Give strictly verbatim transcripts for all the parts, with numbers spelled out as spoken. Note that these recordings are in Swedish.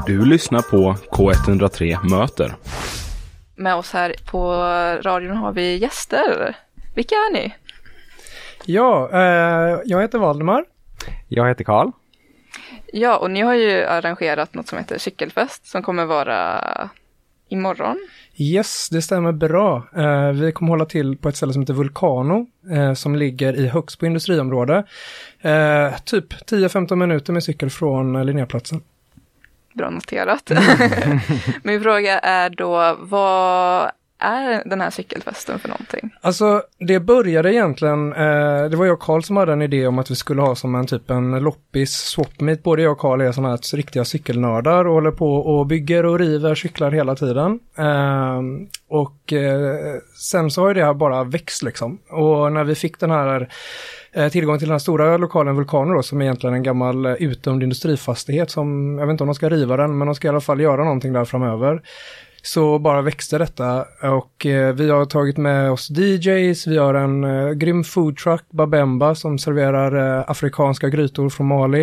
Du lyssnar på K ett noll tre Möter. Med oss här på radion har vi gäster. Vilka är ni? Ja, eh, jag heter Valdemar. Jag heter Karl. Ja, och ni har ju arrangerat något som heter Cykelfest som kommer vara imorgon. Yes, det stämmer bra. Eh, vi kommer hålla till på ett ställe som heter Vulcano eh, som ligger i Högsbo industriområde. Eh, typ tio femton minuter med cykel från Linnéplatsen. Bra noterat. Min fråga är då, vad är den här cykelfesten för någonting? Alltså, det började egentligen, eh, det var jag och Karl som hade en idé om att vi skulle ha som en typ en loppis swapmeet. Både jag och Karl är sådana här riktiga cykelnördar och håller på och bygger och river cyklar hela tiden. Eh, och eh, sen så har ju det här bara växt liksom. Och när vi fick den här eh, tillgång till den här stora lokalen Vulcano då, som är egentligen en gammal eh, utdömd industrifastighet som, jag vet inte om de ska riva den, men de ska i alla fall göra någonting där framöver. Så bara växte detta och eh, vi har tagit med oss D Js, vi har en eh, grym foodtruck, Babemba, som serverar eh, afrikanska grytor från Mali.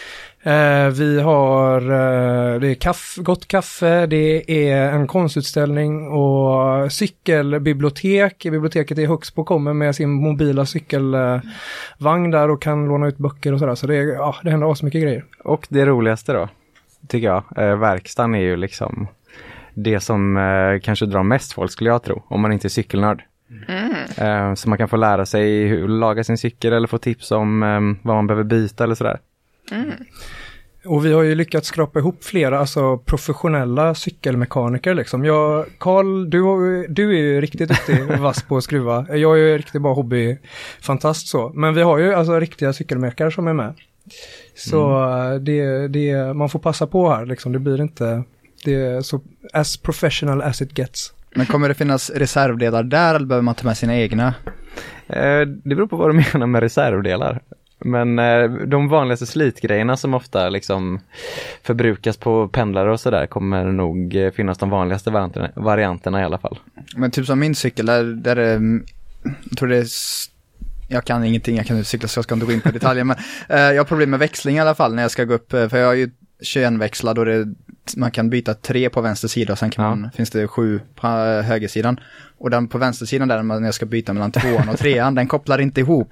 Eh, vi har eh, det är kaff, gott kaffe, det är en konstutställning och cykelbibliotek. Biblioteket i Högsbo kommer med sin mobila cykelvagn där och kan låna ut böcker och sådär. Så det, är, ja, det händer också mycket grejer. Och det roligaste då, tycker jag, eh, verkstaden är ju liksom det som eh, kanske drar mest folk, skulle jag tro, om man inte är cykelnörd. Mm. Eh, så man kan få lära sig hur laga sin cykel eller få tips om eh, vad man behöver byta eller sådär. Mm. Och vi har ju lyckats skrapa ihop flera alltså professionella cykelmekaniker liksom. Jag, Karl, du, du är ju riktigt duktig vass på att skruva. Jag är ju riktigt bara hobbyfantast så. Men vi har ju alltså riktiga cykelmäkare som är med. Så mm. det, det, man får passa på här liksom. Det blir inte... Det är så as professional as it gets. Men kommer det finnas reservdelar där eller behöver man ta med sina egna? Eh, det beror på vad du menar med reservdelar. Men eh, de vanligaste slitgrejerna som ofta liksom förbrukas på pendlare och sådär kommer nog eh, finnas de vanligaste varianterna, varianterna i alla fall. Men typ som min cykel, där, där är, jag tror det är... Jag kan ingenting, jag kan cykla så jag ska inte gå in på detaljer. Men eh, jag har problem med växling i alla fall när jag ska gå upp. För jag har ju tjugoen-växlad och det, man kan byta tre på vänster sida och sen kan man, ja. finns det sju på högersidan. Och den på vänstersidan där när jag ska byta mellan tvåan och trean, den kopplar inte ihop.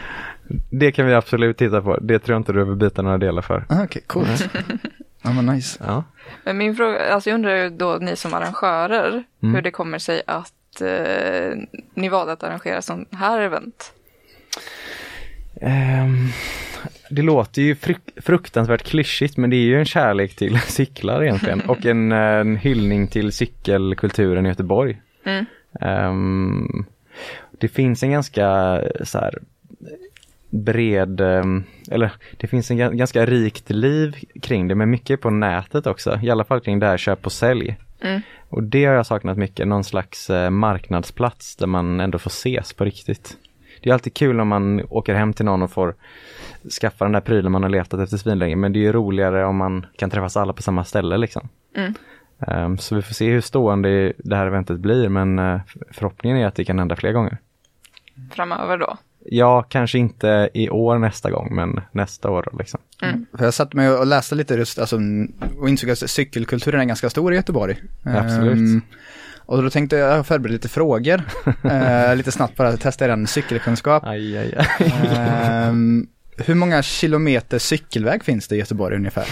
Det kan vi absolut titta på. Det tror jag inte du behöver byta några delar för. Ah, Okej, okay, coolt. Ja, men nice. Ja. Men min fråga, alltså jag undrar ju då, ni som arrangörer, mm. hur det kommer sig att eh, ni valde att arrangera sån här event? Um, det låter ju fru- fruktansvärt klyschigt, men det är ju en kärlek till cyklar egentligen och en, en hyllning till cykelkulturen i Göteborg. Mm. Um, det finns en ganska så här bred, um, eller det finns en g- ganska rikt liv kring det, men mycket på nätet också, i alla fall kring det här köp och sälj. Mm. Och det har jag saknat mycket, någon slags uh, marknadsplats där man ändå får ses på riktigt. Det är alltid kul om man åker hem till någon och får skaffa den där prylen man har letat efter svinlänge. Men det är ju roligare om man kan träffas alla på samma ställe liksom. Mm. Um, så vi får se hur stående det här eventet blir. Men uh, förhoppningen är att det kan hända fler gånger. Framöver då? Ja, kanske inte i år nästa gång, men nästa år då, liksom. Mm. För jag satt med och läste lite just, alltså, och insåg att cykelkulturen är ganska stor i Göteborg. Ja, absolut. Um, Och då tänkte jag förbereda lite frågor. eh, lite snabbt bara testa er cykelkunskap. Aj, aj, aj. Eh, hur många kilometer cykelväg finns det i Göteborg ungefär?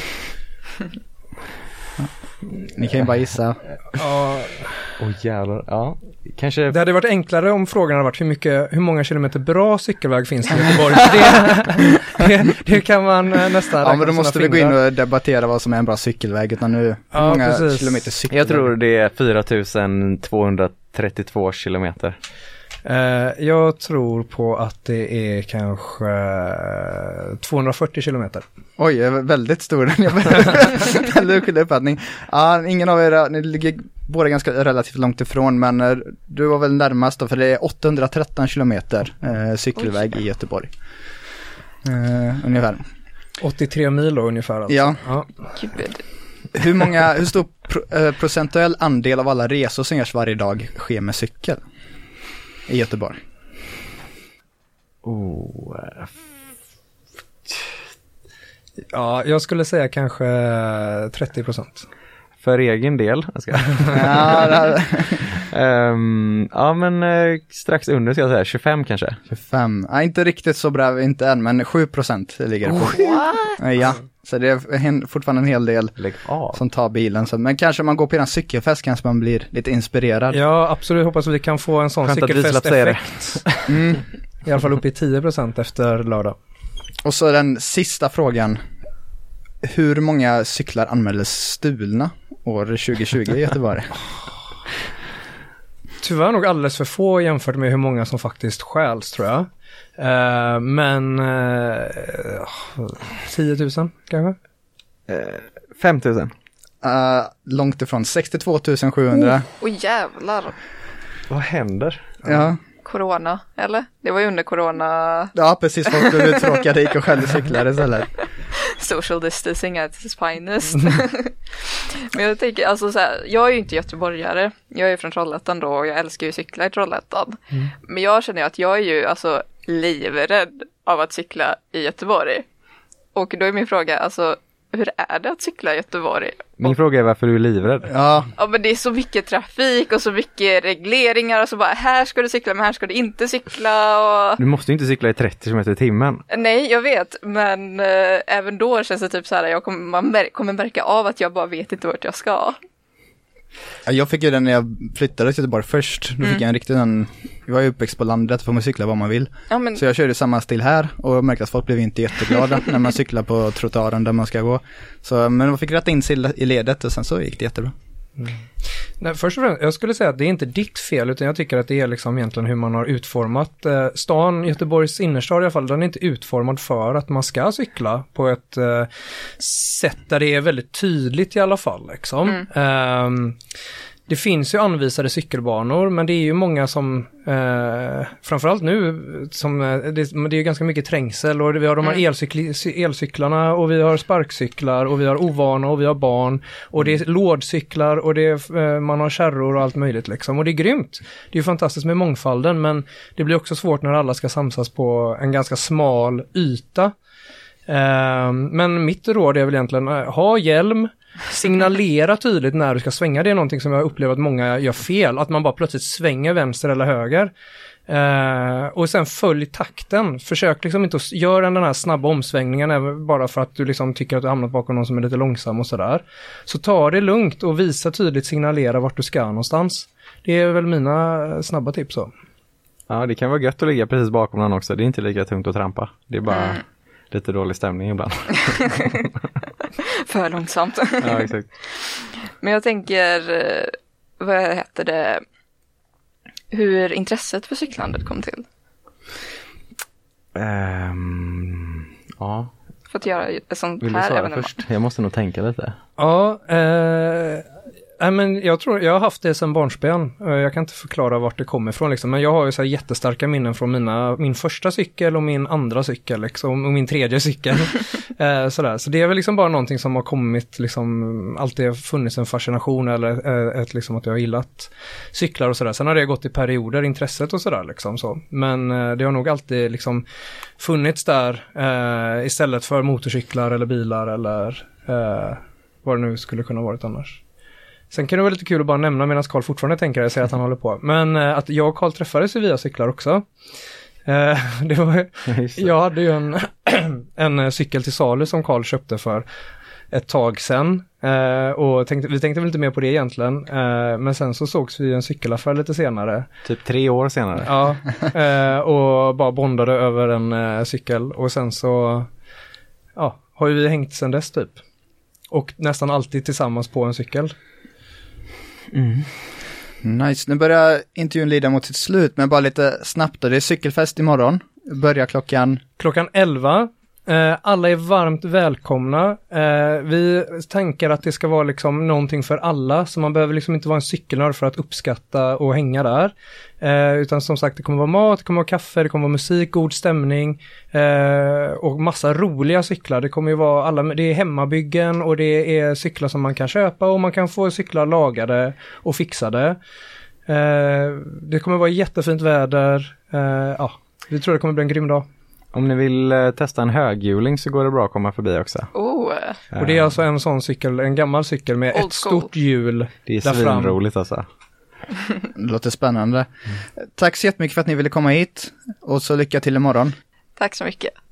Ja. Ni kan ju bara gissa. Ja. Åh oh, jävlar, ja. Kanske... Det hade varit enklare om frågan hade varit hur, mycket, hur många kilometer bra cykelväg finns det i Göteborg. det, det, det kan man nästan... Ja, men då måste vi gå in och debattera vad som är en bra cykelväg. Utan nu, hur ja, många precis. kilometer cykelväg? Jag tror det är fyra tusen tvåhundratrettiotvå kilometer. Uh, jag tror på att det är kanske tvåhundrafyrtio kilometer. Oj, väldigt stor. Väldigt uppfattning. Ja, ingen av er, ni ligger båda ganska relativt långt ifrån, men du var väl närmast då, för det är åttahundratretton kilometer eh, cykelväg Oj. i Göteborg. Eh, ungefär. åttiotre mil då ungefär alltså. Ja. ja. Hur många, hur stor pro, eh, procentuell andel av alla resor som görs varje dag sker med cykel i Göteborg? Oh, Ja, jag skulle säga kanske trettio procent. För egen del. Jag ska. Ja, um, ja, men uh, strax under ska jag säga. tjugofem kanske. tjugofem. Ja, inte riktigt så bra, inte än, men sju procent ligger det på. What? Ja, så det är fortfarande en hel del Lägg av. som tar bilen. Så, men kanske man går på en cykelfest kanske man blir lite inspirerad. Ja, absolut. Hoppas att vi kan få en sån Skönt att cykelfest-effekt. Mm. I alla fall upp i tio procent efter lördag. Och så den sista frågan. Hur många cyklar anmäldes stulna år tjugo tjugo i Göteborg? Tyvärr nog alldeles för få jämfört med hur många som faktiskt stjäls, tror jag. Uh, men uh, tio tusen kanske? Uh, fem tusen. Uh, långt ifrån, sextiotvå tusen sjuhundra. Åh oh, jävlar. Vad händer? Ja. Corona, eller? Det var ju under corona. Ja, precis. Folk blev uttråkade, gick och skällde cyklar istället. Social distancing at its finest. Men jag tänker, alltså så här, jag är ju inte göteborgare. Jag är från Trollhättan då och jag älskar ju cykla i Trollhättan. Mm. Men jag känner att jag är ju alltså livrädd av att cykla i Göteborg. Och då är min fråga, alltså hur är det att cykla i Göteborg? Min och, fråga är varför du är livrädd. Ja. Ja, men det är så mycket trafik och så mycket regleringar och så bara, här ska du cykla men här ska du inte cykla. Och... Du måste ju inte cykla i trettio kilometer i timmen. Nej, jag vet, men äh, även då känns det typ så här, jag kommer, man mär- kommer märka av att jag bara vet inte vart jag ska. Ja, jag fick ju den när jag flyttade till Göteborg först. Då mm. fick jag en riktig den, jag var ju uppväxt på landet, får man cykla vad man vill. Ja, men... Så jag körde samma stil här och märkte att folk blev inte jätteglada när man cyklar på trottoaren där man ska gå. Så, men man fick rätta in sig i ledet och sen så gick det jättebra. Mm. Nej, först och främst, jag skulle säga att det är inte ditt fel, utan jag tycker att det är liksom egentligen hur man har utformat eh, stan, Göteborgs innerstad i alla fall, den är inte utformad för att man ska cykla på ett eh, sätt där det är väldigt tydligt i alla fall liksom. Mm. Um, det finns ju anvisade cykelbanor, men det är ju många som, eh, framförallt nu, som, det, det är ju ganska mycket trängsel och vi har de här mm. elcykl- elcyklarna och vi har sparkcyklar och vi har ovana och vi har barn och det är lådcyklar och det är, eh, man har kärror och allt möjligt liksom. Och det är grymt. Det är ju fantastiskt med mångfalden, men det blir också svårt när alla ska samsas på en ganska smal yta. Eh, men mitt råd är väl egentligen, ha hjälm, signalera tydligt när du ska svänga. Det är någonting som jag upplever att många gör fel, att man bara plötsligt svänger vänster eller höger. Uh, och sen följ takten. Försök liksom inte att göra den här snabba omsvängningen bara för att du liksom tycker att du hamnat bakom någon som är lite långsam och sådär. Så ta det lugnt och visa tydligt, signalera vart du ska någonstans. Det är väl mina snabba tips så. Ja, det kan vara gött att ligga precis bakom någon också. Det är inte lika tungt att trampa. Det är bara mm. lite dålig stämning ibland. För långsamt. Ja, exakt. Men jag tänker, vad heter det, hur intresset för cyklandet kom till? Um, ja. För att göra ett sånt Vill här du svara evenemang. Först? Jag måste nog tänka lite. Ja, eh... Nej, men jag tror jag har haft det sedan barnsben. Jag kan inte förklara vart det kommer ifrån liksom. Men jag har ju så här jättestarka minnen från mina, min första cykel och min andra cykel liksom, och min tredje cykel. eh, sådär. Så det är väl liksom bara någonting som har kommit liksom, alltid funnits en fascination eller eh, ett, liksom, att jag har gillat cyklar och sådär. Sen har det gått i perioder, intresset och sådär liksom så. Men eh, det har nog alltid liksom funnits där eh, istället för motorcyklar eller bilar eller eh, vad det nu skulle kunna varit annars. Sen kan det vara lite kul att bara nämna medan Carl fortfarande tänker jag säger att han håller på. Men eh, att jag och Carl träffades via cyklar också. Eh, det var, jag hade ju en, en cykel till salu som Carl köpte för ett tag sedan. Eh, och tänkte, vi tänkte väl inte mer på det egentligen. Eh, men sen så sågs vi i en cykelaffär lite senare. Typ tre år senare. Ja, eh, och bara bondade över en eh, cykel. Och sen så ja, har ju vi hängt sedan dess typ. Och nästan alltid tillsammans på en cykel. Mm. Nice, nu börjar intervjun lida mot sitt slut, men bara lite snabbt då. Det är cykelfest imorgon, börjar klockan klockan elva. Eh, alla är varmt välkomna. Eh, vi tänker att det ska vara liksom någonting för alla, så man behöver liksom inte vara en cykelnörd för att uppskatta och hänga där. Eh, utan som sagt, det kommer vara mat, det kommer vara kaffe, det kommer vara musik, god stämning eh, och massa roliga cyklar. Det kommer ju vara alla, det är hemmabyggen och det är cyklar som man kan köpa och man kan få cyklar lagade och fixade. Eh, det kommer vara jättefint väder. Eh, ja, vi tror det kommer bli en grym dag. Om ni vill eh, testa en höghjuling så går det bra att komma förbi också. Oh. Eh, Och det är alltså en sån cykel, en gammal cykel med Old ett school. stort hjul. det är där fram. svinroligt alltså. Det låter spännande. Tack så jättemycket för att ni ville komma hit. Och så lycka till imorgon. Tack så mycket.